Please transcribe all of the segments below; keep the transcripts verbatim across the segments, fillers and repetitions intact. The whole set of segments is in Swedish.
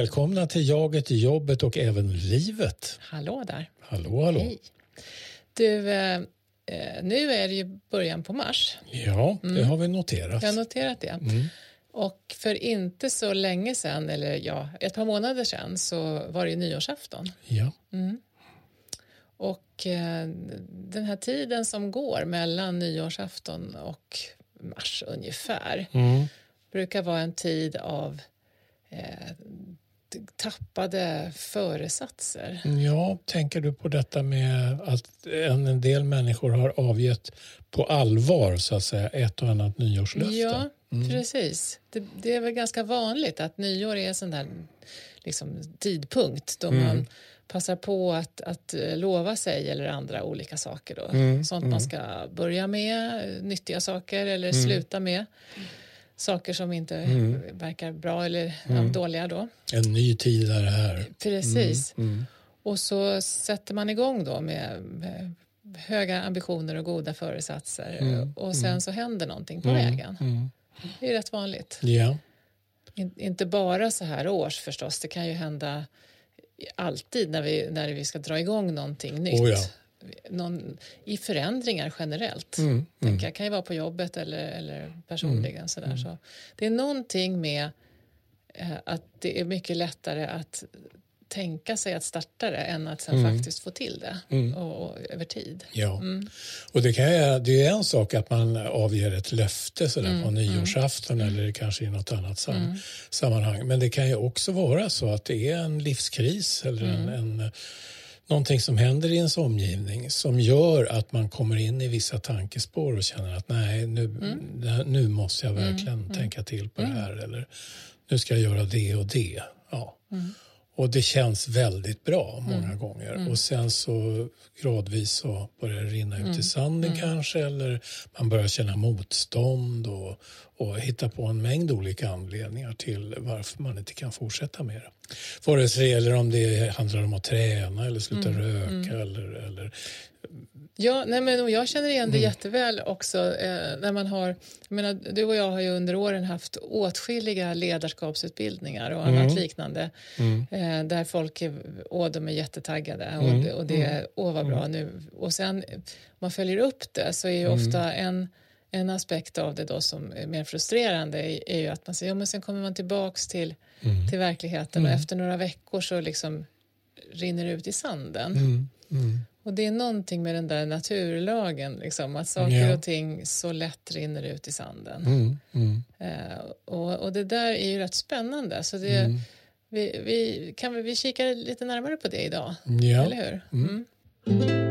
välkomna till Jaget i jobbet och även livet. Hallå där. Hallå, hallå. Hej. Du, eh, nu är det ju början på mars. Ja, det mm. har vi noterat. Jag har noterat det. Mm. Och för inte så länge sedan, eller ja, ett par månader sedan, så var det ju nyårsafton. Ja. Mm. Och eh, den här tiden som går mellan nyårsafton och mars ungefär mm. brukar vara en tid av eh, tappade föresatser. Ja, tänker du på detta med att en, en del människor har avgett på allvar så att säga ett och annat nyårslöfte? Ja, mm. precis. Det, det är väl ganska vanligt att nyår är en sån där liksom, tidpunkt då mm. man passar på att, att lova sig eller andra olika saker. Då. Mm. Sånt mm. man ska börja med, nyttiga saker eller mm. sluta med. Saker som inte mm. verkar bra eller mm. ja, dåliga då. En ny tid är det här. Precis. Mm. Mm. Och så sätter man igång då med, med höga ambitioner och goda föresatser. Mm. Och sen mm. så händer någonting på mm. vägen. Mm. Det är rätt vanligt. Ja. In, inte bara så här års förstås. Det kan ju hända alltid när vi, när vi ska dra igång någonting nytt. Oh ja. Någon, i förändringar generellt. Mm, mm. Det kan ju vara på jobbet eller, eller personligen. Mm, sådär. mm. Så det är någonting med eh, att det är mycket lättare att tänka sig att starta det än att sen mm. faktiskt få till det mm. och, och över tid. Ja, mm. och det, kan ju, det är en sak att man avger ett löfte sådär mm. på nyårsafton mm. eller kanske i något annat sam- mm. sammanhang. Men det kan ju också vara så att det är en livskris eller mm. en, en någonting som händer i ens omgivning som gör att man kommer in i vissa tankespår och känner att nej, nu, mm. här, nu måste jag verkligen mm. tänka till på mm. det här eller nu ska jag göra det och det. Ja. Mm. Och det känns väldigt bra många mm. gånger. Mm. Och sen så gradvis så börjar det rinna ut mm. i sanden mm. kanske. Eller man börjar känna motstånd och, och hitta på en mängd olika anledningar till varför man inte kan fortsätta med det. Vare sig eller om det handlar om att träna eller sluta mm. röka mm. eller... eller Ja, nej men och jag känner igen det mm. jätteväl också eh, när man har, jag menar, du och jag har ju under åren haft åtskilliga ledarskapsutbildningar och annat mm. liknande mm. Eh, där folk är, åh, de är jättetaggade mm. och, det, och det är, åh vad bra mm. nu, och sen om man följer upp det så är ju mm. ofta en, en aspekt av det då som är mer frustrerande är, är ju att man säger, ja men sen kommer man tillbaks till, mm. till verkligheten mm. och efter några veckor så liksom rinner det ut i sanden. Mm. Mm. Och det är någonting med den där naturlagen, liksom, att saker ja. och ting så lätt rinner ut i sanden. Mm, mm. Eh, och, och det där är ju rätt spännande. Så det, mm. vi, vi, kan vi, vi kika lite närmare på det idag, ja. eller hur? Mm. Mm.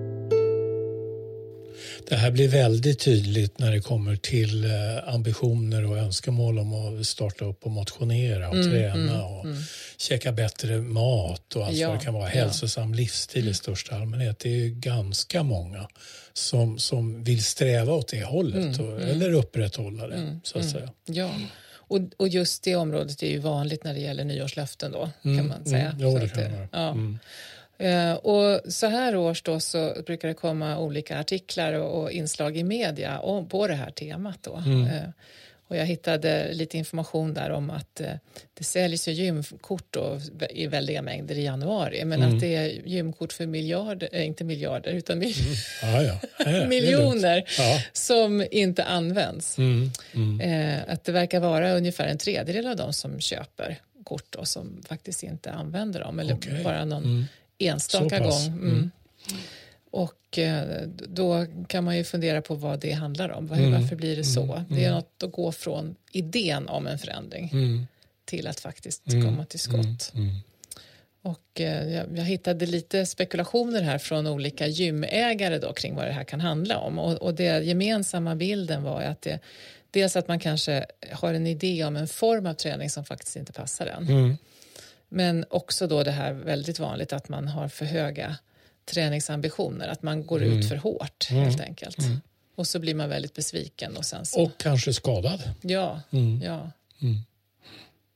Det här blir väldigt tydligt när det kommer till eh, ambitioner och önskemål om att starta upp och motionera och mm, träna mm, och mm. käka bättre mat och allt ja, vad det kan vara. Ja. Hälsosam livsstil mm. i största allmänhet. Det är ju ganska många som, som vill sträva åt det hållet mm, och, mm. eller upprätthålla det, mm, så att mm. säga. Ja, och, och just det området är ju vanligt när det gäller nyårslöften då, mm, kan man säga. Mm, jo, det kan det, man. Ja. Mm. Uh, och så här års då så brukar det komma olika artiklar och, och inslag i media om, på det här temat då. Mm. Uh, och jag hittade lite information där om att uh, det säljs ju gymkort då i väldiga mängder i januari, men mm. att det är gymkort för miljarder, äh, inte miljarder utan mil- mm. ja, ja. Ja, miljoner ja. som inte används. Mm. Mm. Uh, att det verkar vara ungefär en tredjedel av dem som köper kort då, som faktiskt inte använder dem eller okay. bara någon mm. enstaka gång. Mm. Mm. Och eh, då kan man ju fundera på vad det handlar om. Var, mm. Varför blir det så? Mm. Det är något att gå från idén om en förändring mm. till att faktiskt mm. komma till skott. Mm. Mm. Och eh, jag, jag hittade lite spekulationer här från olika gymägare då kring vad det här kan handla om. Och, och det gemensamma bilden var att det, dels att man kanske har en idé om en form av träning som faktiskt inte passar en. Mm. Men också då det här väldigt vanligt att man har för höga träningsambitioner. Att man går mm. ut för hårt mm. helt enkelt. Mm. Och så blir man väldigt besviken. Och, sen så... och kanske skadad. Ja, mm. ja. Mm.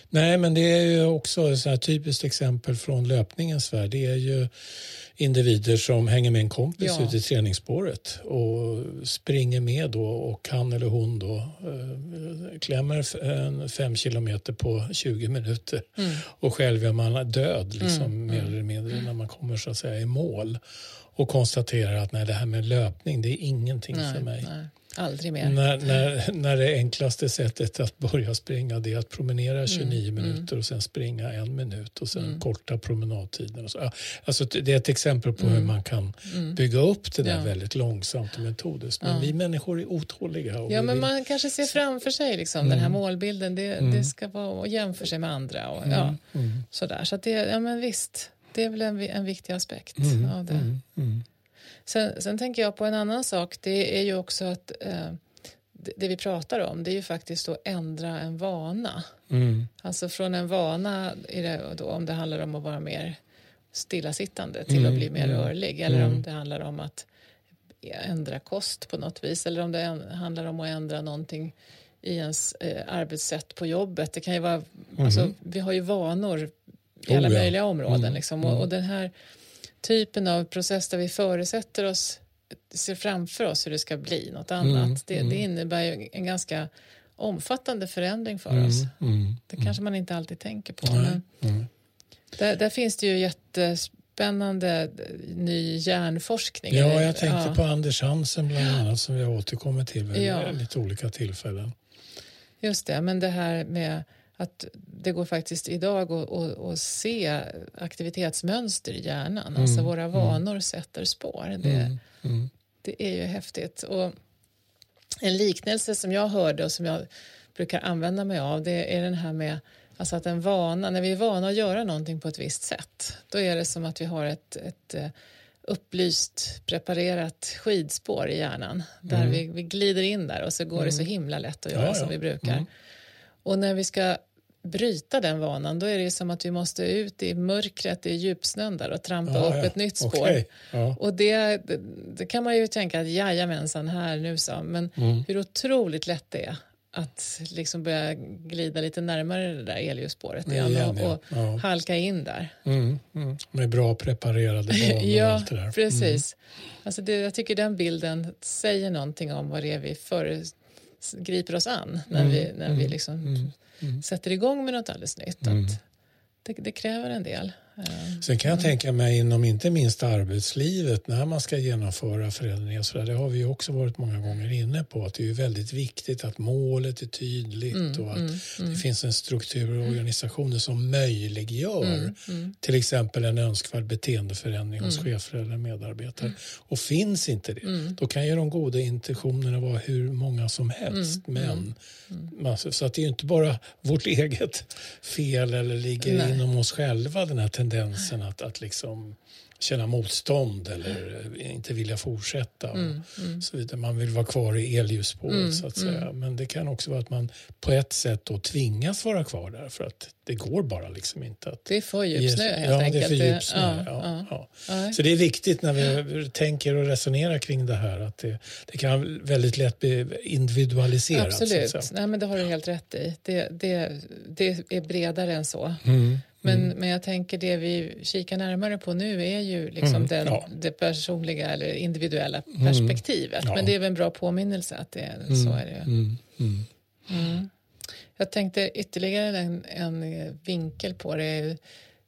Nej, men det är ju också ett så här typiskt exempel från löpningens värld. Det är ju individer som hänger med en kompis ja. ut i träningsspåret och springer med då, och han eller hon då eh, klämmer en fem kilometer på tjugo minuter mm. och själv är man död liksom, mm. mer eller mindre mm. när man kommer så att säga i mål och konstaterar att nej, det här med löpning, det är ingenting nej, för mig. Nej. Aldrig mer. När, när, när det enklaste sättet att börja springa det är att promenera tjugonio mm, minuter mm. och sen springa en minut och sen mm. korta promenadtiden. Och så. Alltså, det är ett exempel på mm. hur man kan mm. bygga upp det där ja. väldigt långsamt och metodiskt. Men ja. vi människor är otåliga. Och ja, men vill... man kanske ser framför sig liksom, mm. den här målbilden. Det, mm. det ska vara att jämföra sig med andra. Och, ja, mm. sådär. Så att det, ja, men visst, det är väl en, en viktig aspekt mm. av det. Mm. Mm. Sen, sen tänker jag på en annan sak. Det är ju också att eh, det, det vi pratar om, det är ju faktiskt att ändra en vana. Mm. Alltså från en vana, är det då, om det handlar om att vara mer stillasittande till mm. att bli mer mm. rörlig. Eller mm. om det handlar om att ändra kost på något vis. Eller om det en, handlar om att ändra någonting i ens eh, arbetssätt på jobbet. Det kan ju vara, mm. alltså, vi har ju vanor i alla oh, ja. möjliga områden. Mm. Liksom, och, och den här typen av process där vi förutsätter oss, ser framför oss hur det ska bli något annat. Mm, det, mm. det innebär ju en ganska omfattande förändring för mm, oss. Mm, det kanske man inte alltid tänker på. Nej, men mm. där, där finns det ju jättespännande ny hjärnforskning. Ja, jag tänkte ja. på Anders Hansen bland annat som vi har återkommit till vid ja. lite olika tillfällen. Just det, men det här med att det går faktiskt idag att, att, att se aktivitetsmönster i hjärnan. Mm, alltså våra vanor mm. sätter spår. Det, mm, mm. det är ju häftigt. Och en liknelse som jag hörde och som jag brukar använda mig av, det är den här med alltså att en vana, när vi är vana att göra någonting på ett visst sätt, då är det som att vi har ett, ett upplyst, preparerat skidspår i hjärnan. Där mm. vi, vi glider in där och så går mm. det så himla lätt att göra ja, som ja. vi brukar. Mm. Och när vi ska bryta den vanan, då är det som att vi måste ut i mörkret, i djupsnön där och trampa ja, upp ja. ett nytt spår. Okay. Ja. Och det, det, det kan man ju tänka att jajamensan här nu så. Men mm. hur otroligt lätt det är att liksom börja glida lite närmare det där elljusspåret igen, igen och, och ja. halka in där. Mm. Mm. Med bra preparerade banor ja, och allt det där. precis. Mm. Alltså det, jag tycker den bilden säger någonting om vad det är vi för, griper oss an när mm. vi, när vi liksom mm. Mm. sätter igång med något alldeles nytt. Mm. Att det, det kräver en del. Sen kan jag tänka mig inom inte minst arbetslivet när man ska genomföra förändringar. Så där, det har vi också varit många gånger inne på. Att det är väldigt viktigt att målet är tydligt mm, och att mm, det mm. finns en struktur och organisationer som möjliggör mm, mm. till exempel en önskvärd beteendeförändring hos mm. chefer eller medarbetare. Mm. Och finns inte det, mm. då kan ju de goda intentionerna vara hur många som helst. Mm, men mm. Man, så att det är ju inte bara vårt eget fel eller ligger Nej. inom oss själva den här tendensen att, att liksom känna motstånd eller inte vilja fortsätta och mm, mm. så vidare. Man vill vara kvar i elljusspåret mm, så att säga. Mm. Men det kan också vara att man på ett sätt då tvingas vara kvar där för att det går bara liksom inte att... Det är för djupsnö helt ja, enkelt. Det är för djupsnö, ja, ja, ja. Ja. Så det är viktigt när vi tänker och resonerar kring det här att det, det kan väldigt lätt bli individualiserat. Absolut, nej men det har du helt rätt i. Det, det, det är bredare än så. Mm. Men, mm. men jag tänker det vi kikar närmare på nu är ju liksom mm, den, ja. det personliga eller individuella perspektivet. Mm, ja. Men det är väl en bra påminnelse att det, mm, så är det. Mm, mm. Mm. Jag tänkte ytterligare en, en vinkel på det.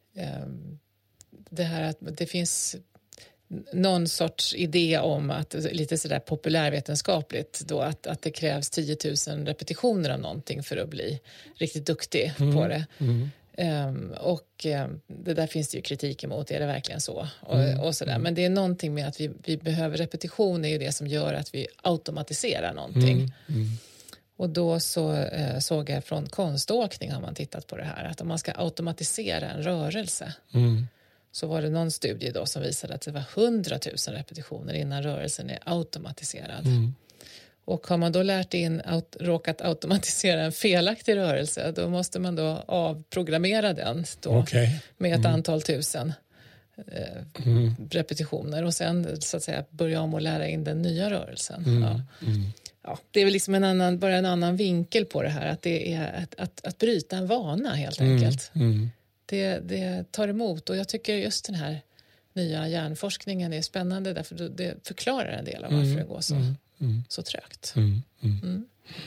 Det här att det finns någon sorts idé om att lite sådär populärvetenskapligt då att, att det krävs tio tusen repetitioner av någonting för att bli riktigt duktig mm, på det. Mm. Um, och um, det där finns det ju kritik emot, är det verkligen så? Och, mm. och sådär. Men det är någonting med att vi, vi behöver repetition är ju det som gör att vi automatiserar någonting. Mm. Mm. Och då så eh, såg jag från konståkning har man tittat på det här att om man ska automatisera en rörelse mm. så var det någon studie då som visade att det var hundratusen repetitioner innan rörelsen är automatiserad. Mm. Och har man då lärt in, aut, råkat automatisera en felaktig rörelse, då måste man då avprogrammera den då okay. med ett mm. antal tusen eh, mm. repetitioner och sen så att säga börja om och lära in den nya rörelsen. Mm. Ja. Mm. ja, det är väl liksom en annan, bara en annan vinkel på det här. Att det är att, att, att bryta en vana helt enkelt. Mm, mm. Det, det tar emot, och jag tycker just den här nya hjärnforskningen är spännande därför det förklarar en del av varför mm, det går så, mm, mm. så trögt. Mm, mm. Mm.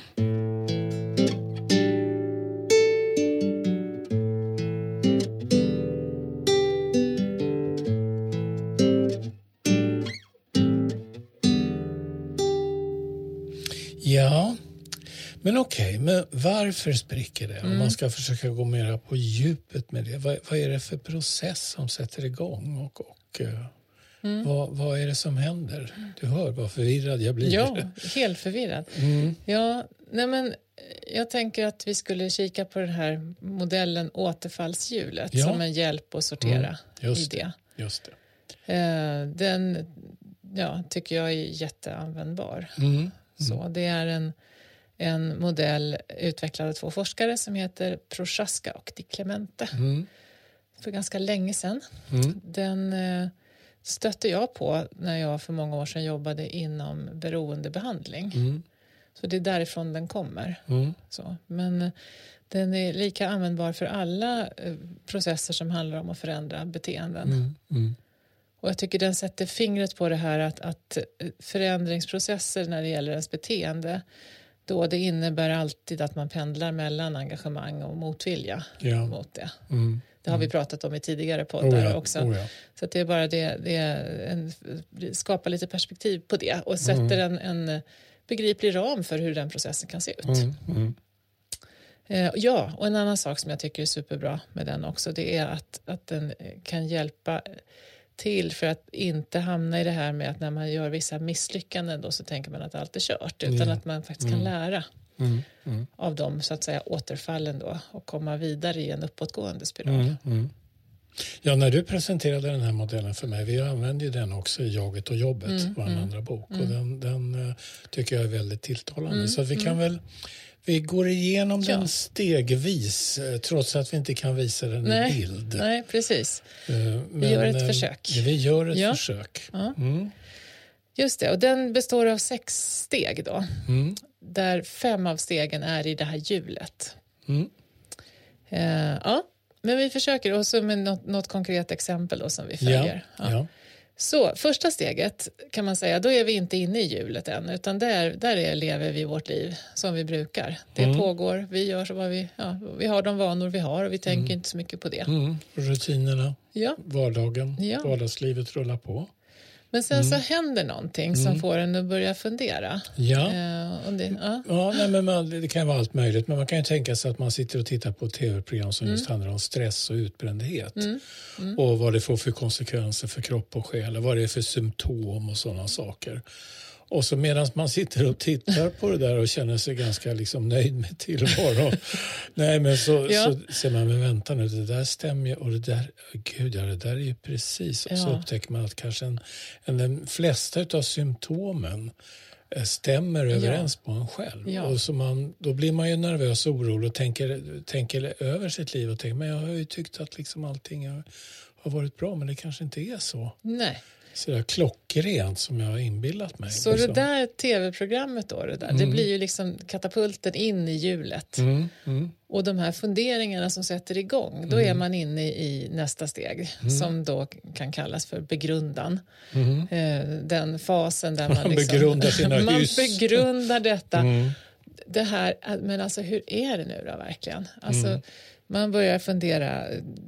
Ja, men okej, okay, men varför spricker det? Mm. Om man ska försöka gå mer på djupet med det. Vad, vad är det för process som sätter igång? Och, och mm. vad, vad är det som händer? Du hör vad förvirrad jag blir. Ja, helt förvirrad. Mm. Ja, nej men jag tänker att vi skulle kika på den här modellen återfallshjulet ja. som en hjälp att sortera mm. just i det. det. Just det. Eh, den ja, tycker jag är jätteanvändbar. Mm. Mm. Så det är en, en modell utvecklad av två forskare som heter Prochaska och Di Clemente. Mm. För ganska länge sedan. Mm. Den eh, stötte jag på när jag för många år sedan jobbade inom beroendebehandling. Mm. Så det är därifrån den kommer. Mm. Så, men den är lika användbar för alla eh, processer som handlar om att förändra beteenden. Mm. Mm. Och jag tycker den sätter fingret på det här att, att förändringsprocesser när det gäller ens beteende, då det innebär alltid att man pendlar mellan engagemang och motvilja ja. mot det. Mm. Det har vi pratat om i tidigare poddar oh ja. också. Oh ja. Så att det är bara det, det är en, skapar lite perspektiv på det och sätter mm. en, en begriplig ram för hur den processen kan se ut. Mm. Mm. Eh, ja, och en annan sak som jag tycker är superbra med den också, det är att, att den kan hjälpa till för att inte hamna i det här med att när man gör vissa misslyckanden då så tänker man att allt är kört, utan ja. att man faktiskt kan mm. lära mm. Mm. av dem så att säga återfallen då och komma vidare i en uppåtgående spiral. Mm. Mm. Ja, när du presenterade den här modellen för mig, vi använder ju den också i Jaget och jobbet, mm. vår mm. andra bok, mm. och den, den uh, tycker jag är väldigt tilltalande. Mm. Så att vi kan mm. väl Vi går igenom ja. den stegvis, trots att vi inte kan visa den nej, i bild. Nej, precis. Men, vi gör ett försök. Vi gör ett ja. försök. Ja. Mm. Just det, och den består av sex steg då. Mm. Där fem av stegen är i det här hjulet. Mm. Uh, ja, men vi försöker också med något, något konkret exempel då som vi följer. Ja. Ja. Så första steget kan man säga, då är vi inte inne i hjulet än, utan där, där är, lever vi vårt liv som vi brukar. Det mm. pågår, vi gör så vad vi, ja, vi har de vanor vi har och vi tänker mm. inte så mycket på det. Mm. Rutinerna, ja. vardagen, ja. vardagslivet rullar på. Men sen mm. så händer någonting som mm. får en att börja fundera. Ja, eh, om det, ja. ja nej, men man, det kan vara allt möjligt. Men man kan ju tänka sig att man sitter och tittar på ett tv-program som mm. just handlar om stress och utbrändhet. Mm. Mm. Och vad det får för konsekvenser för kropp och själ. Och vad det är för symptom och sådana saker. Och så medan man sitter och tittar på det där och känner sig ganska liksom nöjd med tillvaron. Nej, men så, ja. så ser man, men vänta nu, det där stämmer ju. Och det där, gud ja, det där är ju precis. Och ja. så upptäcker man att kanske en, en, de flesta av symptomen stämmer överens ja. på en själv. Ja. Och så man, då blir man ju nervös och orolig och tänker, tänker över sitt liv och tänker, men jag har ju tyckt att liksom allting har, har varit bra, men det kanske inte är så. Nej. Sådär klockrent som jag har inbillat mig. Så liksom. Det där tv-programmet då, det, där, mm. det blir ju liksom katapulten in i hjulet. Mm. Mm. Och de här funderingarna som sätter igång, då mm. är man inne i nästa steg mm. som då kan kallas för begrundan. Mm. Eh, den fasen där man, man liksom, begrundar sina man hus. begrundar detta. Mm. Det här, men alltså hur är det nu då verkligen? Alltså mm. man börjar fundera,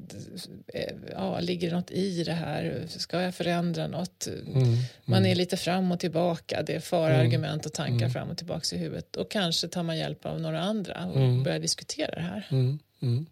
ja, ligger det något i det här? Ska jag förändra något? Mm, man mm. är lite fram och tillbaka. Det är förargument och tankar mm. fram och tillbaka i huvudet. Och kanske tar man hjälp av några andra och mm. börjar diskutera det här. Mm, mm.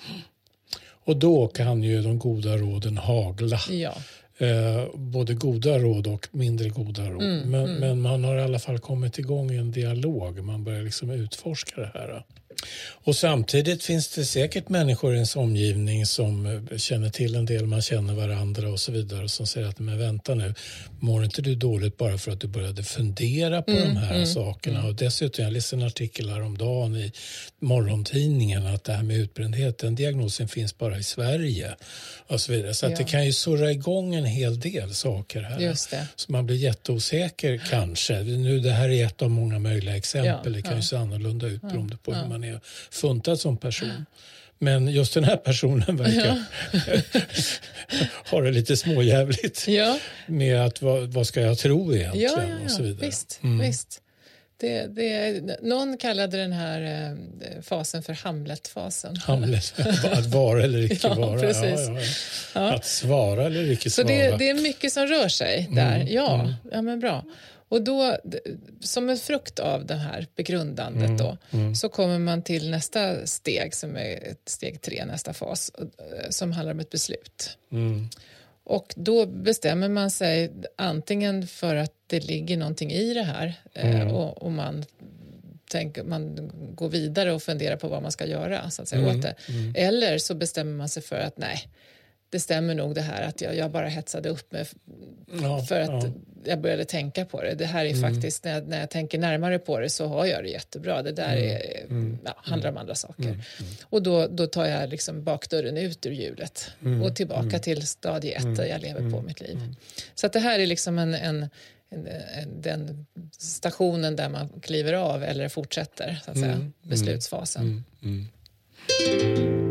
Och då kan ju de goda råden hagla. Ja. Eh, både goda råd och mindre goda råd. Mm, men, mm. men man har i alla fall kommit igång i en dialog. Man börjar liksom utforska det här. Och samtidigt finns det säkert människor i ens omgivning som känner till en del, man känner varandra och så vidare, och som säger att men vänta nu, mår inte du dåligt bara för att du började fundera på mm, de här mm, sakerna? Mm. Och dessutom, jag läste en artikel häromdagen i morgontidningen att det här med utbrändhet, den diagnosen finns bara i Sverige och så vidare. Så att ja. det kan ju surra igång en hel del saker här. Just det. Så man blir jätteosäker kanske. Nu, det här är ett av många möjliga exempel. Ja, det kan ja. ju se annorlunda ut beroende på ja. hur man är funtad som person. Men just den här personen verkar ja. ha det lite småjävligt ja. med att vad, vad ska jag tro egentligen ja, ja, ja. och så vidare. Visst, mm. visst. Det, det, någon kallade den här eh, fasen för Hamlet-fasen. Hamlet, att vara eller icke ja, vara. Precis. Ja, ja, ja. Ja. Att svara eller icke svara. Så det, det är mycket som rör sig där. Mm. Ja, mm. ja, men bra. Och då, som en frukt av det här begrundandet mm, då, mm. så kommer man till nästa steg som är ett steg tre, nästa fas, som handlar om ett beslut. Mm. Och då bestämmer man sig antingen för att det ligger någonting i det här mm. och, och man, tänker, man går vidare och funderar på vad man ska göra så att säga, mm. åt det. Mm. Eller så bestämmer man sig för att nej, det stämmer nog det här att jag, jag bara hetsade upp mig ja, för att ja. jag började tänka på det. Det här är mm. faktiskt, när jag, när jag tänker närmare på det så har jag det jättebra. Det där är, mm. ja, handlar om andra saker. Mm. Mm. Och då, då tar jag liksom bakdörren ut ur hjulet mm. och tillbaka mm. till stadie ett mm. där jag lever mm. på mitt liv. Mm. Så att det här är liksom en, en, en, en, den stationen där man kliver av eller fortsätter så att säga, mm. beslutsfasen. Mm. Mm.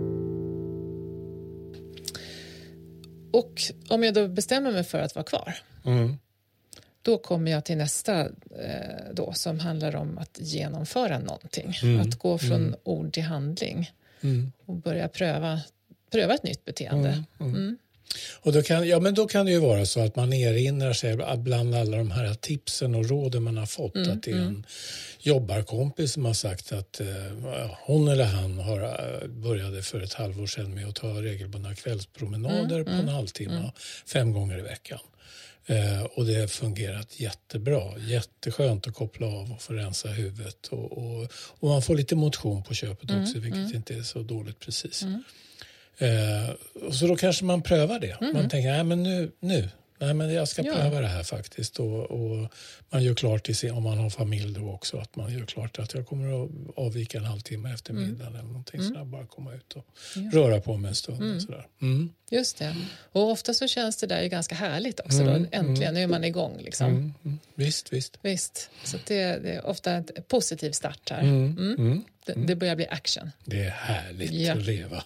Och om jag då bestämmer mig för att vara kvar, mm. då kommer jag till nästa eh, då, som handlar om att genomföra någonting. Mm. Att gå från mm. ord till handling mm. och börja pröva, pröva ett nytt beteende. Mm. Mm. Mm. Och då kan, ja, men då kan det ju vara så att man erinrar sig bland alla de här tipsen och råden man har fått mm. att det är en mm. jobbarkompis som har sagt att eh, hon eller han har eh, började för ett halvår sedan med att ta regelbundna kvällspromenader mm. på en halvtimme mm. fem gånger i veckan. Eh, och det har fungerat jättebra. Jätteskönt att koppla av och få rensa huvudet. Och, och, och man får lite motion på köpet mm. också, vilket mm. inte är så dåligt precis. Mm. Eh, och så då kanske man prövar det. Mm. Man tänker, nej men nu, nu. Nej men jag ska ja. pröva det här faktiskt. Och, och man gör klart i sin, om man har familj då också, att man gör klart att jag kommer att avvika en halvtimme efter middagen mm. eller någonting mm. sådär. Bara komma ut och ja. röra på mig en stund mm. och sådär. Mm. Just det. Och ofta så känns det där ju ganska härligt också mm. då. Äntligen, mm. nu är man igång liksom. Mm. Mm. Visst, visst. Visst. Så det, det är ofta en positiv start här. Mm. Mm. Mm. Det, det börjar bli action. Det är härligt ja. att leva.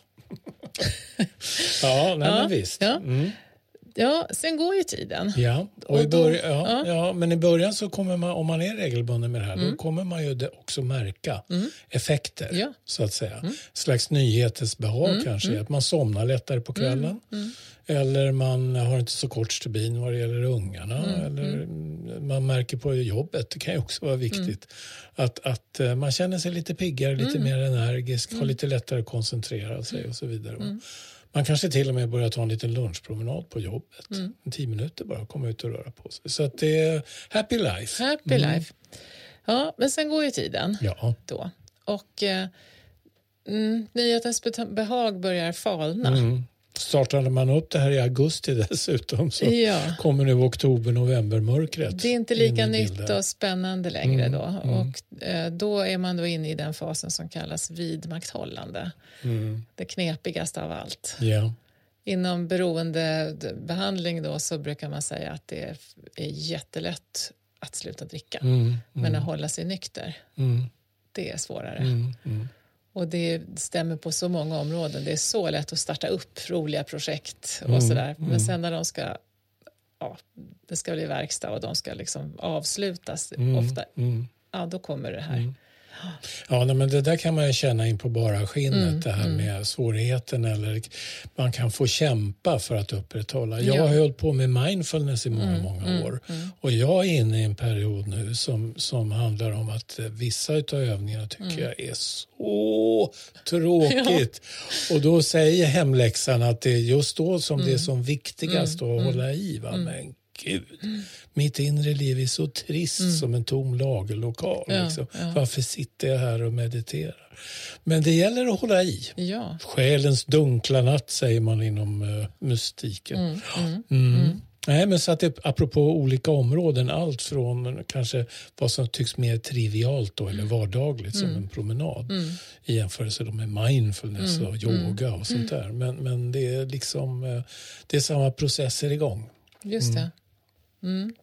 ja, nej, ja, men visst. Ja. Mm. ja, sen går ju tiden. Ja, och, och i början, ja, ja. ja, men i början så kommer man, om man är regelbunden med det här, mm. då kommer man ju också märka mm. effekter, ja. så att säga. Mm. Slags nyhetsbehag mm. kanske, mm. att man somnar lättare på kvällen. Mm. Mm. Eller man har inte så kort stubin vad det gäller ungarna. Mm. Eller mm. man märker på jobbet, det kan ju också vara viktigt. Mm. Att, att man känner sig lite piggare, lite mm. mer energisk, mm. har lite lättare att koncentrera sig och så vidare. Mm. Man kanske till och med börjar ta en liten lunchpromenad på jobbet. Mm. Tio minuter bara, komma ut och röra på sig. Så att det är happy life. Happy mm. life. Ja, men sen går ju tiden ja. då. Och eh, mm, nyhetens behag börjar falna. Mm. Startade man upp det här i augusti dessutom så ja. kommer nu oktober, november mörkret. Det är inte lika nytt och spännande längre mm, då. Mm. Och eh, då är man då inne i den fasen som kallas vidmakthållande. Mm. Det knepigaste av allt. Yeah. Inom beroendebehandling då så brukar man säga att det är jättelätt att sluta dricka. Mm, mm. Men att hålla sig nykter, mm. det är svårare. Mm, mm. Och det stämmer på så många områden. Det är så lätt att starta upp roliga projekt och mm, sådär. Men mm. sen när de ska, ja, det ska bli verkstad och de ska liksom avslutas mm, ofta, mm. ja då kommer det här. Mm. Ja, men det där kan man ju känna in på bara skinnet, mm, det här mm. med svårigheten, eller man kan få kämpa för att upprätthålla. Jag ja. har hållit på med mindfulness i många, mm, många mm, år mm. och jag är inne i en period nu som, som handlar om att vissa av övningarna tycker mm. jag är så tråkigt. Ja. Och då säger hemläxan att det är just då som mm. det är som viktigast mm. att hålla i. Va? Mm. Men gud, mm. mitt inre liv är så trist mm. som en tom lagerlokal. Ja, liksom. ja. Varför sitter jag här och mediterar? Men det gäller att hålla i. Ja. Själens dunkla natt säger man inom uh, mystiken. Mm. Mm. Mm. Mm. Nej, men så att det, apropå olika områden, allt från kanske vad som tycks mer trivialt då, eller vardagligt mm. som en promenad mm. i jämförelse med mindfulness mm. och yoga och sånt där. Men, men det är liksom det är samma processer igång. Just det. Mm.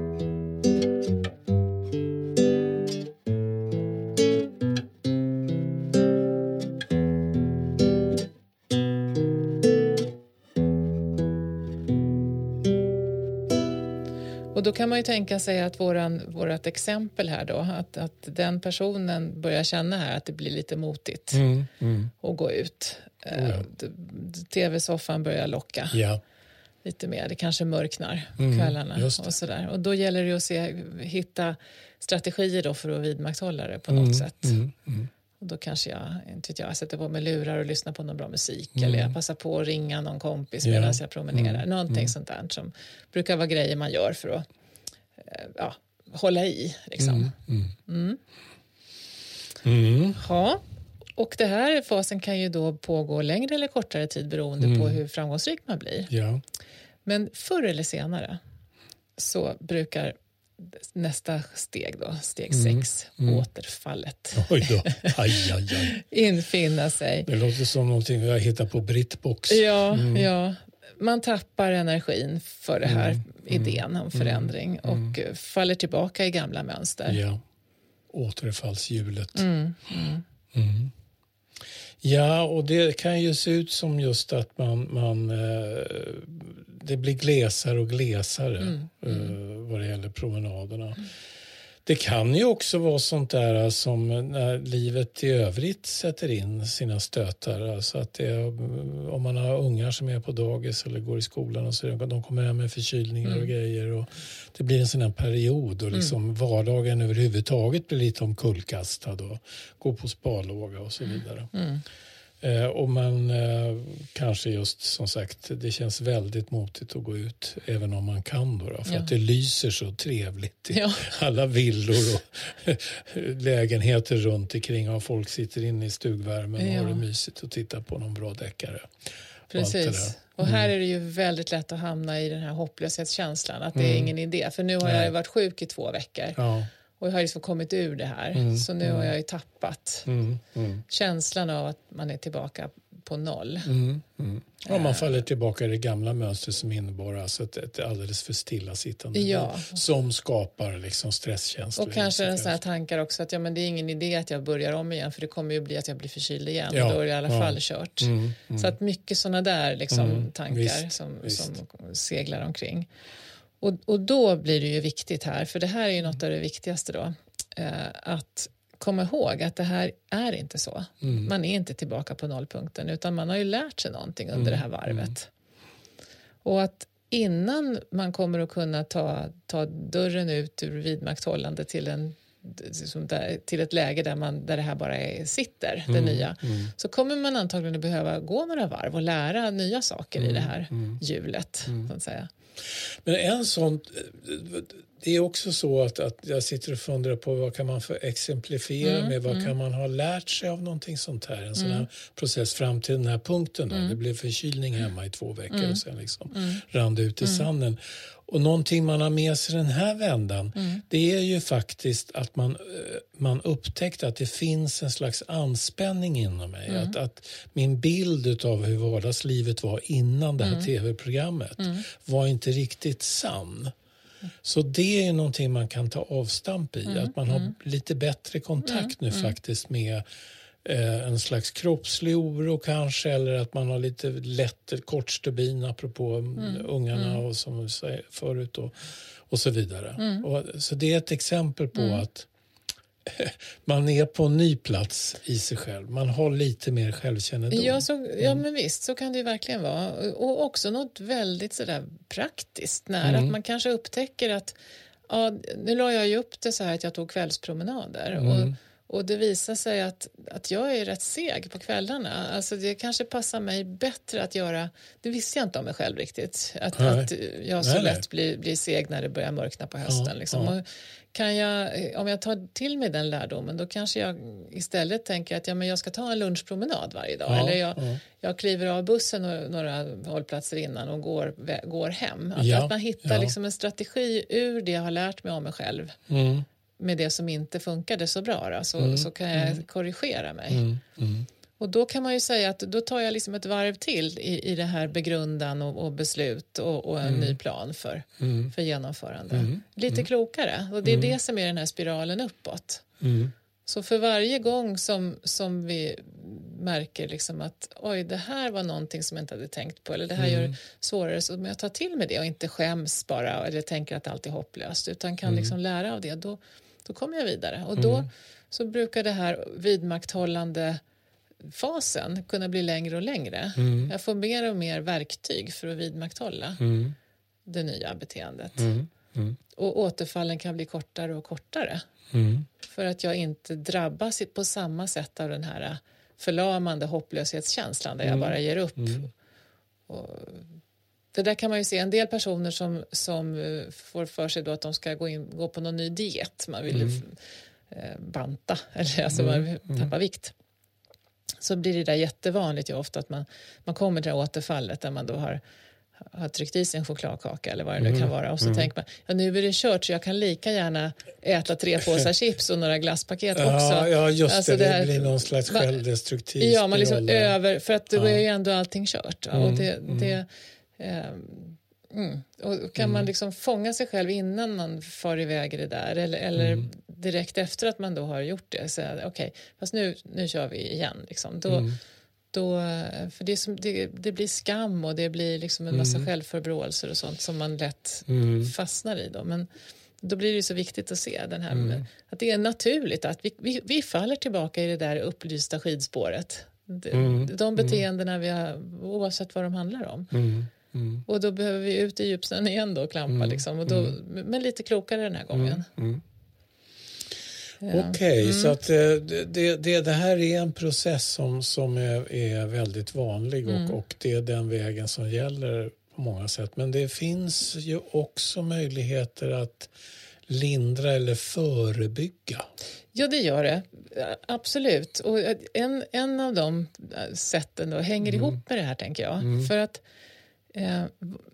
Och då kan man ju tänka sig att våran, vårat exempel här då, att, att den personen börjar känna här att det blir lite motigt mm, mm. att gå ut. Oh ja. Tv-soffan börjar locka ja. lite mer. Det kanske mörknar mm, kvällarna och sådär. Och då gäller det att se, hitta strategier då för att vidmakthålla det på något mm, sätt. Mm, mm. Och då kanske jag, inte vet jag, jag sätter på mig lurar och lyssnar på någon bra musik. Mm. Eller jag passar på att ringa någon kompis medan ja. jag promenerar. Mm. Någonting mm. sånt där som brukar vara grejer man gör för att ja, hålla i. Liksom. Mm. Mm. Mm. Ja, och det här fasen kan ju då pågå längre eller kortare tid beroende mm. på hur framgångsrik man blir. Ja. Men förr eller senare så brukar nästa steg då, steg mm. sex, mm. återfallet. Oj då, aj, aj, aj. Infinna sig. Det låter som någonting jag hittar på Britbox. Ja, mm. ja. Man tappar energin för det här mm. idén om förändring mm. och faller tillbaka i gamla mönster. Ja, återfallshjulet. Mm. Mm. Mm. Ja, och det kan ju se ut som just att man, man eh, det blir glesare och glesare mm. Mm. Eh, vad det gäller promenaderna. Mm. Det kan ju också vara sånt där som när livet i övrigt sätter in sina stötar. Alltså att det är, om man har ungar som är på dagis eller går i skolan och så, de kommer hem med förkylningar mm. och grejer. Och det blir en sån här period och liksom mm. vardagen överhuvudtaget blir lite omkullkastad och går på sparlåga och så vidare. Mm. Eh, och man eh, kanske just som sagt, det känns väldigt motigt att gå ut även om man kan då, då för ja. att det lyser så trevligt i ja. alla villor och lägenheter runt omkring och folk sitter inne i stugvärmen ja. och har det mysigt och tittar på någon bra deckare. Precis. Och, och här är det ju väldigt lätt att hamna i den här hopplöshetskänslan att det är mm. ingen idé, för nu har Nej. jag varit sjuk i två veckor. Ja. Och jag har liksom kommit ur det här. Mm, så nu mm. har jag ju tappat mm, mm. känslan av att man är tillbaka på noll. Mm, mm. Ja, man faller tillbaka i det gamla mönstret som innebar alltså ett, ett alldeles för stillasittande ja. som skapar liksom stresskänslor. Och kanske en sån här tankar också att ja, men det är ingen idé att jag börjar om igen, för det kommer ju bli att jag blir förkyld igen ja, och då är det i alla ja. fall kört. Mm, mm. Så att mycket såna där liksom mm, tankar visst, som, visst. som seglar omkring. Och, och då blir det ju viktigt här, för det här är ju något av det viktigaste då, eh, att komma ihåg att det här är inte så. Mm. Man är inte tillbaka på nollpunkten, utan man har ju lärt sig någonting under mm. det här varvet. Mm. Och att innan man kommer att kunna ta, ta dörren ut ur vidmakthållande till en liksom där, till ett läge där, man, där det här bara är, sitter, mm, det nya, mm. så kommer man antagligen behöva gå några varv och lära nya saker mm, i det här mm. hjulet, mm. så att säga. Men en sån, det är också så att, att jag sitter och funderar på vad kan man för exemplifiera mm, med, vad mm. kan man ha lärt sig av någonting sånt här, en sån här mm. process fram till den här punkten då. Mm. Det blev förkylning hemma i två veckor mm. och sen liksom mm. rann det ut i mm. sanden. Och någonting man har med sig den här vändan, mm. det är ju faktiskt att man, man upptäckte att det finns en slags anspänning inom mig. Mm. Att, att min bild av hur vardagslivet var innan det här mm. tv-programmet mm. var inte riktigt sann. Så det är någonting man kan ta avstamp i. Mm. Att man har mm. lite bättre kontakt mm. nu faktiskt med eh, en slags kroppslig oro kanske. Eller att man har lite lätt kortstubin apropå mm. ungarna mm. och som säger förut och, och så vidare. Mm. Och, så det är ett exempel på mm. att man är på en ny plats i sig själv. Man har lite mer självkännedom. Ja, så, ja men visst, så kan det ju verkligen vara. Och också något väldigt sådär praktiskt nära. Mm. Att man kanske upptäcker att ja, nu la jag ju upp det så här att jag tog kvällspromenader. Mm. Och, och det visar sig att, att jag är rätt seg på kvällarna. Alltså det kanske passar mig bättre att göra, det visste jag inte om mig själv riktigt. Att, att jag så nej, lätt blir, blir seg när det börjar mörkna på hösten. Ja, liksom. ja. Och kan jag, om jag tar till mig den lärdomen, då kanske jag istället tänker att ja, men jag ska ta en lunchpromenad varje dag. Ja, eller jag, ja. jag kliver av bussen några hållplatser innan och går, går hem. Att, ja, att man hittar ja. liksom en strategi ur det jag har lärt mig om mig själv. Mm. Med det som inte funkade så bra då, så, mm. så kan jag mm. korrigera mig. Mm. Mm. Och då kan man ju säga att då tar jag liksom ett varv till i, i det här begrundan och, och beslut och, och en mm. ny plan för, mm. för genomförande. Mm. Lite mm. klokare. Och det är mm. det som är den här spiralen uppåt. Mm. Så för varje gång som, som vi märker liksom att oj, det här var någonting som jag inte hade tänkt på eller det här mm. gör det svårare, så om jag tar till mig det och inte skäms bara eller tänker att allt är hopplöst utan kan mm. liksom lära av det, då, då kommer jag vidare. Och då mm. så brukar det här vidmakthållande fasen kunna bli längre och längre. Mm. Jag får mer och mer verktyg för att vidmakthålla mm. det nya beteendet. Mm. Mm. Och återfallen kan bli kortare och kortare. Mm. För att jag inte drabbas på samma sätt av den här förlamande hopplöshetskänslan där jag mm. bara ger upp. Mm. Och det där kan man ju se en del personer som, som får för sig då att de ska gå, in, gå på någon ny diet. Man vill mm. banta eller alltså mm. man vill tappa vikt. Så blir det där jättevanligt ju ofta att man, man kommer till det återfallet där man då har, har tryckt i sig en chokladkaka eller vad det nu mm. kan vara. Och så mm. tänker man, ja nu är det kört så jag kan lika gärna äta tre påsar chips och några glasspaket ja, också. Ja, just alltså det. Det, här, blir någon slags självdestruktiv spiral. Ja, man liksom över, för att då ja. är ju ändå allting kört. Mm. Och det... Mm. det eh, Mm. Och kan mm. man liksom fånga sig själv innan man far iväg i det där eller, eller mm. direkt efter att man då har gjort det så okej, okay, fast nu, nu kör vi igen liksom. Då, mm. då, för det, som, det, det blir skam och det blir liksom en massa mm. självförbråelser och sånt som man lätt mm. fastnar i då. Men då blir det ju så viktigt att se den här, mm. att det är naturligt att vi, vi, vi faller tillbaka i det där upplysta skidspåret. De, mm. de beteendena vi har, oavsett vad de handlar om. Mm. Mm. Och då behöver vi ut i djupsnön igen då och klampa mm. liksom. Och då, mm. men lite klokare den här gången. Mm. Mm. Ja. Okej, okay, mm. så att det, det, det, det här är en process som, som är, är väldigt vanlig och, mm. och det är den vägen som gäller på många sätt. Men det finns ju också möjligheter att lindra eller förebygga. Ja, det gör det. Absolut. Och en, en av de sätten då hänger mm. ihop med det här, tänker jag. Mm. För att Eh,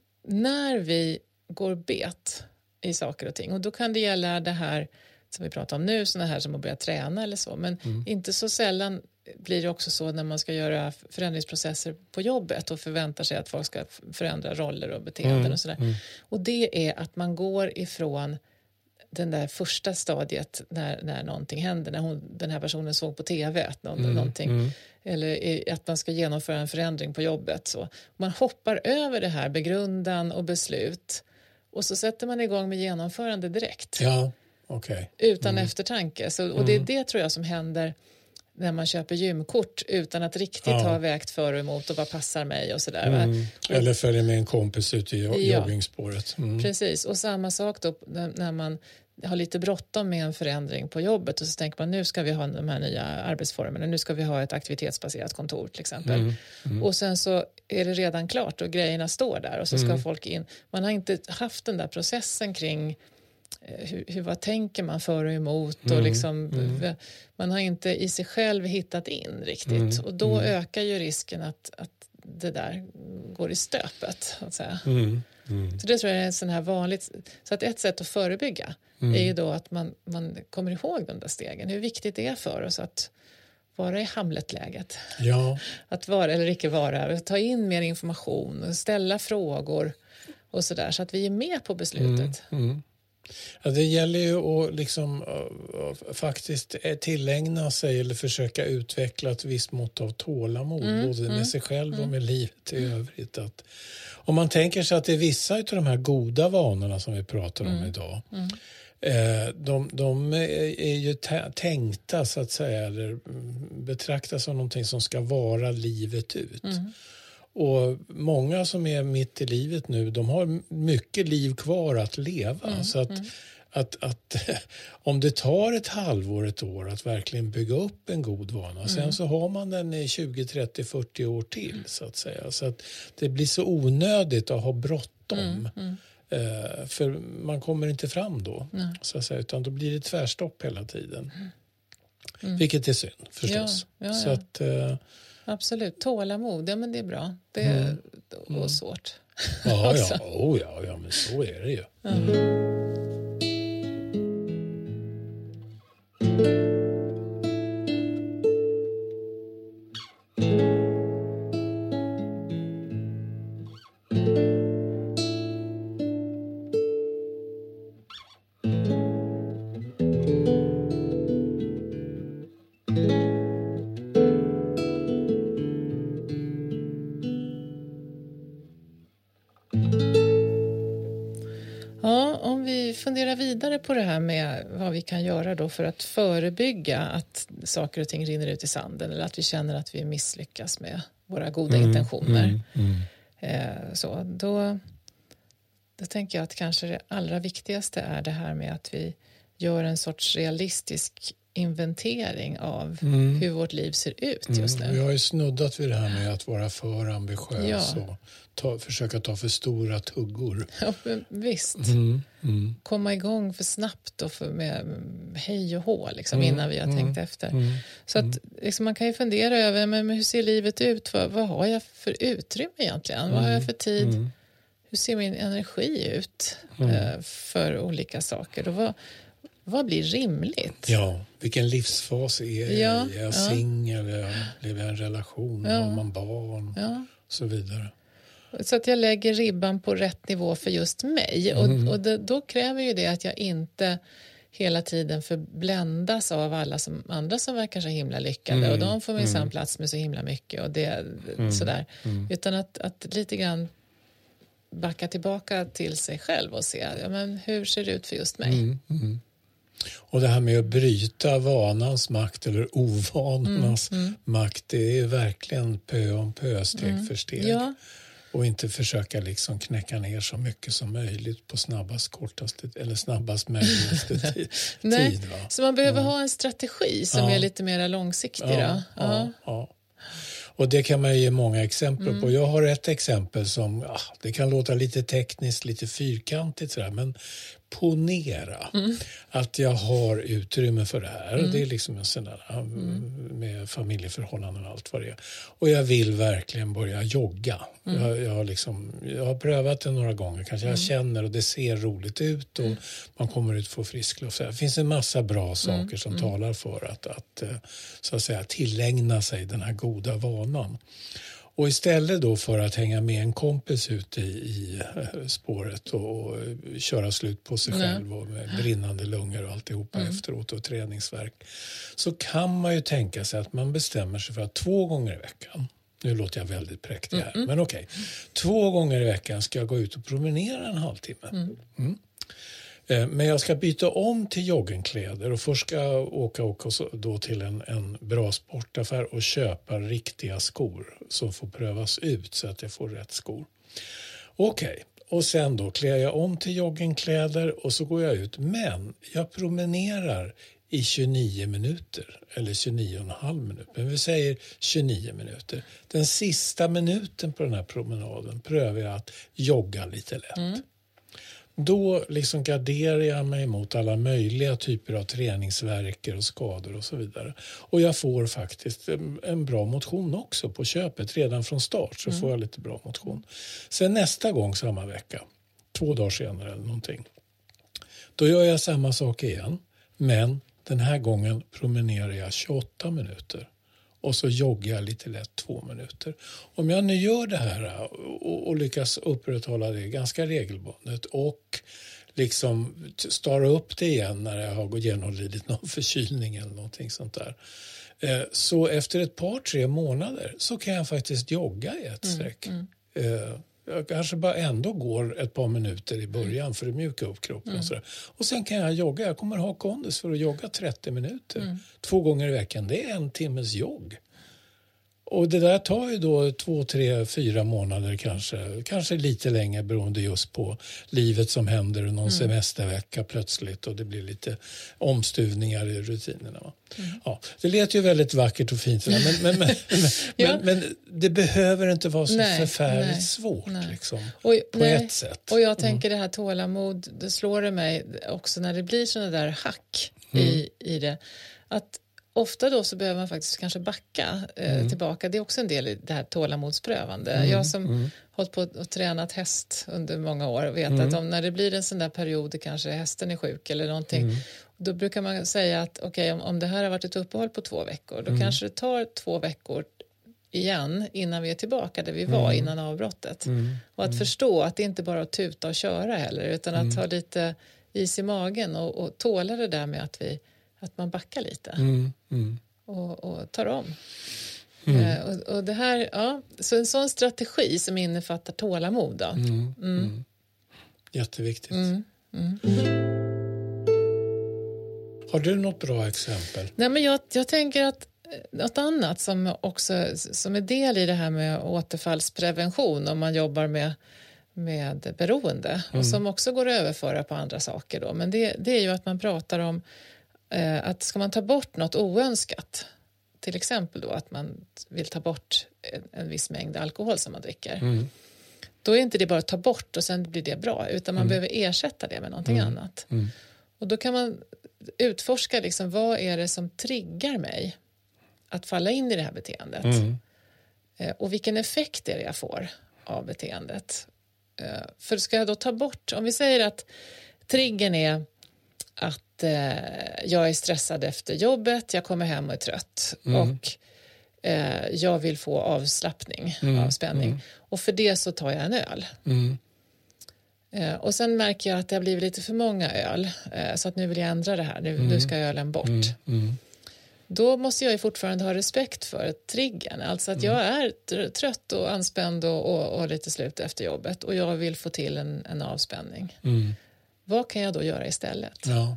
när vi går bet i saker och ting, och då kan det gälla det här som vi pratar om nu, såna här som att börja träna eller så, men mm. inte så sällan blir det också så när man ska göra förändringsprocesser på jobbet och förväntar sig att folk ska förändra roller och beteenden mm. och sådär. Mm. Och det är att man går ifrån den där första stadiet när, när någonting händer, när hon, den här personen såg på tv att någon, mm, någonting, mm. eller att man ska genomföra en förändring på jobbet. Så. Man hoppar över det här begrundan och beslut och så sätter man igång med genomförande direkt. Ja, okay. Utan mm. eftertanke. Så, och det är det tror jag som händer när man köper gymkort utan att riktigt ja. ha vägt för och emot och vad passar mig och sådär. Mm. Eller följer med en kompis ut i joggingspåret. Mm. Precis, och samma sak då när man har lite bråttom med en förändring på jobbet och så tänker man nu ska vi ha de här nya arbetsformerna, nu ska vi ha ett aktivitetsbaserat kontor till exempel. Mm. Mm. Och sen så är det redan klart och grejerna står där och så ska mm. folk in. Man har inte haft den där processen kring Hur, hur, vad tänker man för och emot mm, och liksom, mm. man har inte i sig själv hittat in riktigt mm, och då mm. ökar ju risken att, att det där går i stöpet att säga. Mm, mm. Så det tror jag är en sån här vanligt, så att ett sätt att förebygga mm. är ju då att man, man kommer ihåg de där stegen, hur viktigt det är för oss att vara i Hamlet-läget. Ja. Att vara eller icke vara, ta in mer information, ställa frågor och sådär så att vi är med på beslutet. Mm, mm. Ja, det gäller ju att liksom, uh, faktiskt tillägna sig eller försöka utveckla ett visst mått av tålamod mm, både mm, med sig själv och med livet i övrigt. Att, om man tänker sig att det är vissa av de här goda vanorna som vi pratar om mm, idag, mm. Eh, de, de är, är ju t- tänkta så att säga eller betraktas som någonting som ska vara livet ut. Mm. Och många som är mitt i livet nu, de har mycket liv kvar att leva. Mm, så att, mm. att, att om det tar ett halvår, ett år att verkligen bygga upp en god vana. Mm. Sen så har man den i tjugo, trettio, fyrtio år till så att säga. Så att det blir så onödigt att ha bråttom. Mm. Mm. Uh, för man kommer inte fram då. Mm. Så att säga, utan då blir det tvärstopp hela tiden. Mm. Vilket är synd förstås. Ja, ja, ja. Så att, uh, absolut, tålamod, ja men det är bra. Det är mm. Mm. och svårt. Ja, ja. Oh, ja, ja, men så är det ju. Mm. Fundera vidare på det här med vad vi kan göra då för att förebygga att saker och ting rinner ut i sanden eller att vi känner att vi misslyckas med våra goda mm, intentioner. Mm, mm. Eh, så, då, då tänker jag att kanske det allra viktigaste är det här med att vi gör en sorts realistisk inventering av mm. hur vårt liv ser ut just nu. Mm. Jag har ju snuddat vid det här med att vara för ambitiös ja. och ta, försöka ta för stora tuggor. Ja, visst. Mm. Mm. Komma igång för snabbt och för med hej och hå liksom, mm. innan vi har mm. tänkt efter. Mm. Så att liksom, man kan ju fundera över men, hur ser livet ut? Vad, vad har jag för utrymme egentligen? Mm. Vad har jag för tid? Mm. Hur ser min energi ut mm. eh, för olika saker? Och vad Vad blir rimligt? Ja, vilken livsfas är jag ja, i? Är jag ja. singel? Lever jag i en relation? Ja. Har man barn? Ja. Och så vidare. Så att jag lägger ribban på rätt nivå för just mig. Mm. Och, och det, då kräver ju det att jag inte hela tiden förbländas av alla som, andra som verkar så himla lyckade. Mm. Och de får minsann mm. plats med så himla mycket. Och det, mm. sådär. Mm. Utan att, att lite grann backa tillbaka till sig själv och se ja, men hur ser det ut för just mig? Mm. Mm. Och det här med att bryta vanans makt eller ovanans mm, mm. makt, det är verkligen pö om pö, steg mm, för steg. Ja. Och inte försöka liksom knäcka ner så mycket som möjligt på snabbast kortaste eller snabbast möjligaste tid. Nej, tid, va? Så man behöver ja. ha en strategi som ja. är lite mer långsiktig. Ja, då. Ja, ja. ja. Och det kan man ge många exempel mm. på. Jag har ett exempel som, ja, det kan låta lite tekniskt, lite fyrkantigt sådär, men ponera mm. att jag har utrymme för det här. Mm. Det är liksom en sån där mm. med familjeförhållanden och allt vad det är. Och jag vill verkligen börja jogga. Mm. Jag, jag, har liksom, jag har prövat det några gånger. Kanske jag mm. känner och det ser roligt ut och mm. man kommer ut och får frisk luft. Det finns en massa bra saker mm. som mm. talar för att, att, så att säga, tillägna sig den här goda vanan. Och istället då för att hänga med en kompis ut i, i spåret och, och köra slut på sig själv Nej. och med brinnande lungor och alltihopa mm. efteråt och träningsvärk, så kan man ju tänka sig att man bestämmer sig för att två gånger i veckan, nu låter jag väldigt präktig här, mm. men okej, okay, två gånger i veckan ska jag gå ut och promenera en halvtimme. Mm. Mm. Men jag ska byta om till joggingkläder och först ska jag åka, åka då till en, en bra sportaffär och köpa riktiga skor som får prövas ut så att jag får rätt skor. Okej, okay. Och sen då klär jag om till joggingkläder och så går jag ut. Men jag promenerar i tjugonio minuter eller tjugonio och en halv minut. Men vi säger tjugonio minuter. Den sista minuten på den här promenaden prövar jag att jogga lite lätt. Mm. Då liksom garderar jag mig mot alla möjliga typer av träningsvärker och skador och så vidare. Och jag får faktiskt en, en bra motion också på köpet. Redan från start så mm. får jag lite bra motion. Sen nästa gång samma vecka, två dagar senare eller någonting. Då gör jag samma sak igen. Men den här gången promenerar jag tjugoåtta minuter. Och så joggar jag lite lätt två minuter. Om jag nu gör det här och, och lyckas upprätthålla det ganska regelbundet och liksom stara upp det igen när jag har genomlidit någon förkylning eller någonting sånt där. Eh, så efter ett par, tre månader så kan jag faktiskt jogga i ett streck. Mm, mm. Eh, jag kanske bara ändå går ett par minuter i början för att mjuka upp kroppen. Mm. Och, sådär. Och sen kan jag jogga. Jag kommer ha kondis för att jogga trettio minuter. Mm. Två gånger i veckan. Det är en timmes jogg. Och det där tar ju då två, tre, fyra månader kanske. Kanske lite längre beroende just på livet som händer och någon mm. semestervecka plötsligt. Och det blir lite omstuvningar i rutinerna. Va? Mm. Ja, det låter ju väldigt vackert och fint. Men, men, men, ja. men, men det behöver inte vara så nej, förfärligt nej, svårt nej. Liksom, och, på nej. ett sätt. Och jag tänker mm. det här tålamod, det slår det mig också när det blir sådana där hack mm. i, i det. Att ofta då så behöver man faktiskt kanske backa eh, mm. tillbaka. Det är också en del i det här tålamodsprövande. Mm. Jag som mm. hållit på och tränat häst under många år vet mm. att om, när det blir en sån där period kanske hästen är sjuk eller någonting, mm. då brukar man säga att okej, okay, om, om det här har varit ett uppehåll på två veckor, då mm. kanske det tar två veckor igen innan vi är tillbaka där vi var mm. innan avbrottet. Mm. Och att mm. förstå att det inte bara är att tuta och köra heller, utan att mm. ha lite is i magen och, och tåla det där med att vi att man backar lite mm, mm. Och, och tar om. Mm. Eh, och, och det här, ja, så en sån strategi som innefattar tålamod då. Mm, mm. Mm. Jätteviktigt. Mm, mm. Har du något bra exempel? Nej, men jag, jag tänker att något annat som också som är del i det här med återfallsprevention om man jobbar med med beroende mm. och som också går att överföra på andra saker då. Men det, det är ju att man pratar om eh, att ska man ta bort något oönskat, till exempel då att man vill ta bort en, en viss mängd alkohol som man dricker. Mm. Då är inte det bara att ta bort och sen blir det bra, utan man mm. behöver ersätta det med någonting mm. annat. Mm. Och då kan man utforska liksom, vad är det som triggar mig att falla in i det här beteendet. Mm. Eh, och vilken effekt är det jag får av beteendet. För ska jag då ta bort, om vi säger att triggern är att eh, jag är stressad efter jobbet, jag kommer hem och är trött mm. och eh, jag vill få avslappning, mm. avspänning. Mm. Och för det så tar jag en öl. Mm. Eh, och sen märker jag att det har blivit lite för många öl eh, så att nu vill jag ändra det här, nu, mm. nu ska ölen bort. Mm. Mm. Då måste jag ju fortfarande ha respekt för triggern. Alltså att mm. jag är trött och anspänd och, och, och lite slut efter jobbet. Och jag vill få till en, en avspänning. Mm. Vad kan jag då göra istället? Ja.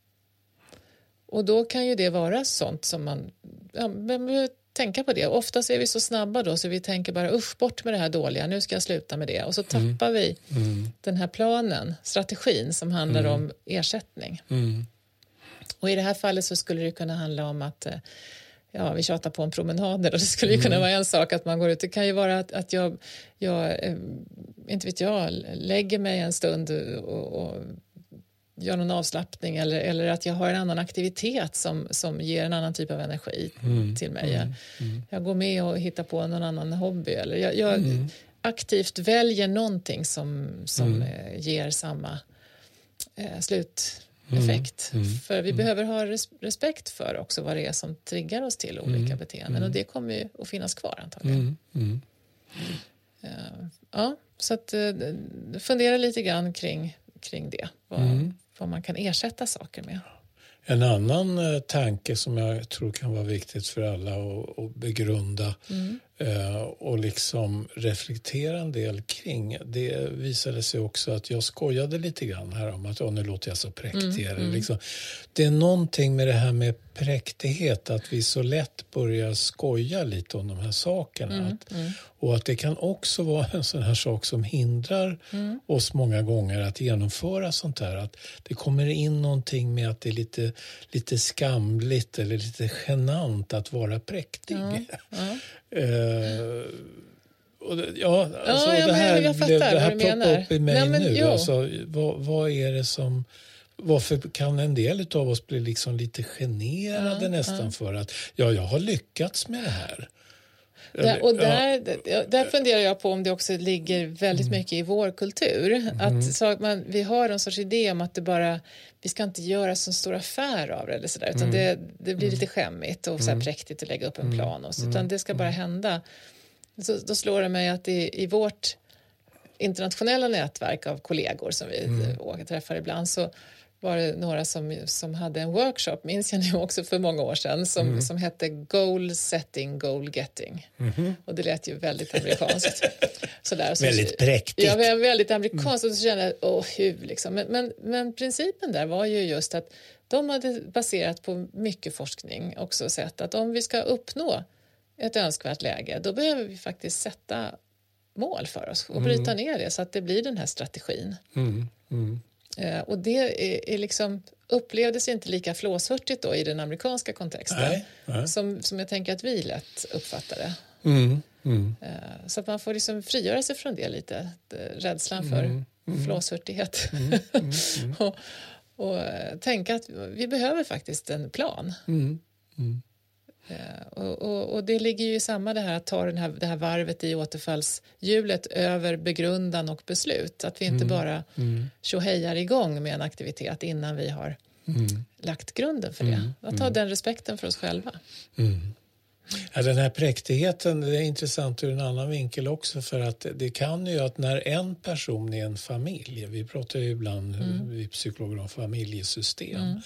Och då kan ju det vara sånt som man... Ja, man behöver tänka på det. Oftast är vi så snabba då så vi tänker bara usch, bort med det här dåliga. Nu ska jag sluta med det. Och så tappar mm. vi mm. den här planen, strategin som handlar mm. om ersättning. Mm. Och i det här fallet så skulle det kunna handla om att ja, vi tjatar på en promenad och det skulle ju kunna mm. vara en sak att man går ut. Det kan ju vara att, att jag, jag inte vet jag, lägger mig en stund och, och gör någon avslappning eller, eller att jag har en annan aktivitet som, som ger en annan typ av energi mm. till mig. Mm. Mm. Jag går med och hittar på någon annan hobby eller jag, jag mm. aktivt väljer någonting som, som mm. ger samma eh, slut effekt. Mm, mm, för vi mm. behöver ha res- respekt för också vad det är som triggar oss till olika mm, beteenden. mm. Och det kommer ju att finnas kvar antagligen. Mm, mm. Uh, ja, så att uh, fundera lite grann kring, kring det. Vad, Mm. vad man kan ersätta saker med. En annan eh, tanke som jag tror kan vara viktigt för alla att, att begrunda Mm. eh, och liksom reflektera en del kring. Det visade sig också att jag skojade lite grann här om att oh, nu låter jag så präktig. Mm. Mm. Liksom. Det är någonting med det här med präktighet, att vi så lätt börjar skoja lite om de här sakerna. Mm. Att, Mm. och att det kan också vara en sån här sak som hindrar Mm. oss många gånger att genomföra sånt här. Att det kommer in någonting med att det är lite, lite skamligt eller lite genant att vara präktig. Ja, ja. uh, och det, ja, alltså ja, det här, jag fattar blev, det här vad du menar. ploppar upp i mig Nej, men, nu. jo. Alltså, vad, vad är det som... Varför kan en del av oss bli liksom lite generade Ja, nästan ja. för att ja, jag har lyckats med det här. Där, och där, där funderar jag på om det också ligger väldigt mycket i vår kultur. Mm. Att så man, vi har en sorts idé om att det bara, vi ska inte göra så stor affär av det eller sådär, utan Mm. det, det blir lite Mm. skämmigt och så här Mm. präktigt att lägga upp en Mm. plan och så, Mm. utan det ska bara hända. Så, då slår det mig att i, i vårt internationella nätverk av kollegor som vi Mm. åker träffar ibland så var det några som, som hade en workshop, minns jag nu också för många år sedan, som, Mm. som hette Goal Setting, Goal Getting. Mm. Och det lät ju väldigt amerikanskt. Sådär, så, Väldigt präktigt. Ja, väldigt amerikanskt. Och så kände jag, åh hur liksom. Men, men, men principen där var ju just att de hade baserat på mycket forskning också sett att om vi ska uppnå ett önskvärt läge, då behöver vi faktiskt sätta mål för oss och bryta mm. ner det så att det blir den här strategin. Mm. Mm. Eh, och det är, är liksom, upplevdes inte lika flåshurtigt då i den amerikanska kontexten nej, nej. Som, som jag tänker att vi lätt uppfattar det. Mm. Mm. Eh, så att man får liksom frigöra sig från det lite, rädslan för mm. Mm. flåshurtighet. Mm. Mm. Mm. och, och tänka att vi behöver faktiskt en plan. Mm. Mm. Uh, och, och, och det ligger ju i samma det här att ta den här, det här varvet i återfallshjulet över begrundan och beslut. Att vi inte mm. bara mm. tjohejar igång med en aktivitet innan vi har mm. lagt grunden för det. Mm. Att ta mm. den respekten för oss själva. Mm. Ja, den här präktigheten, det är intressant ur en annan vinkel också, för att det kan ju att när en person i en familj, vi pratar ju ibland mm. vi psykologer om familjesystem, mm.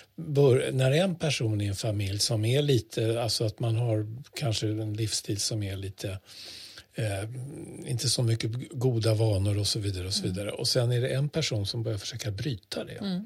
Bör, när en person i en familj som är lite, alltså att man har kanske en livsstil som är lite eh, inte så mycket goda vanor och så vidare och så vidare mm. och sen är det en person som börjar försöka bryta det mm.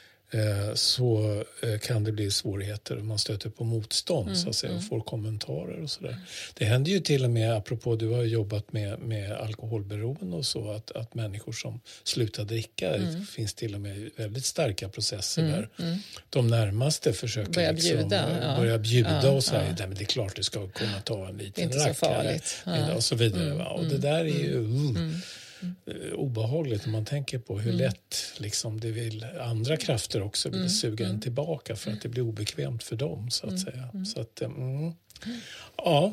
eh, så eh, kan det bli svårigheter, man stöter på motstånd mm. så att säga, och får kommentarer och sådär. Mm. Det händer ju till och med, apropå du har jobbat med, med alkoholberoende och så, att, att människor som slutar dricka, mm. det finns till och med väldigt starka processer mm. där mm. de närmaste försöker börja liksom, bjuda, ja. börja bjuda ja, och säga, ja. nej men det är klart du ska kunna ta en liten inte rackare så farligt. Ja. och så vidare. Mm. Va? Och det där är ju uh, mm. Mm. obehagligt när man tänker på hur mm. lätt liksom, det vill andra krafter också vill mm. suga en tillbaka för att det blir obekvämt för dem så att mm. säga. Mm. Så att, mm. ja.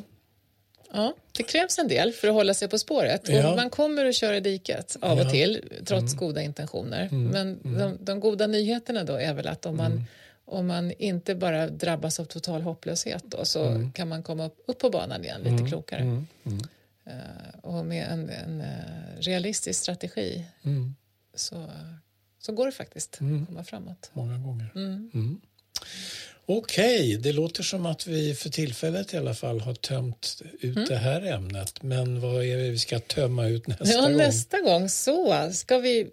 Ja, det krävs en del för att hålla sig på spåret. Ja. Och man kommer att köra i diket av och ja. till trots mm. goda intentioner. Mm. Men mm. de, de goda nyheterna då är väl att om man, mm. om man inte bara drabbas av total hopplöshet då, så mm. kan man komma upp, upp på banan igen lite mm. klokare. Mm. Mm. Uh, och med en, en uh, realistisk strategi mm. så, så går det faktiskt mm. att komma framåt. Många gånger. Mm. Mm. Okej, okay, det låter som att vi för tillfället i alla fall har tömt ut mm. det här ämnet. Men vad är det vi ska tömma ut nästa ja, gång? Nästa gång så ska vi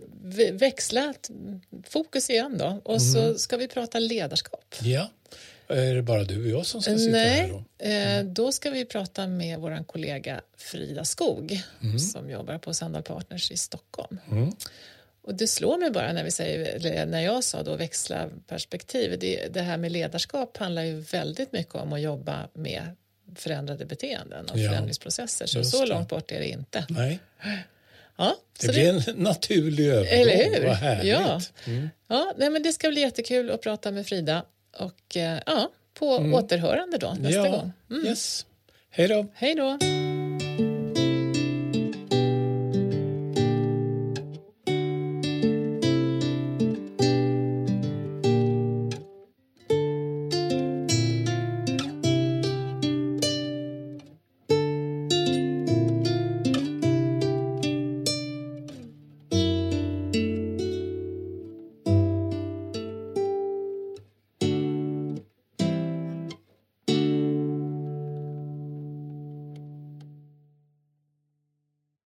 växla fokus igen då. Och mm. så ska vi prata ledarskap. Ja, är det bara du och jag som ska sitta Nej, här då? Nej, mm. då ska vi prata med vår kollega Frida Skog mm. som jobbar på Sandal Partners i Stockholm. Mm. Och det slår mig bara när vi säger, när jag sa då växla perspektiv. Det, det här med ledarskap handlar ju väldigt mycket om att jobba med förändrade beteenden och ja, förändringsprocesser. Så så långt bort är det inte. Nej. Ja, det blir det, en naturlig övergång. Eller hur? Vad härligt. Ja, mm. ja nej, men det ska bli jättekul att prata med Frida. Och ja, på mm. återhörande då nästa ja, gång. Mm. Yes. Hej då. Hej då.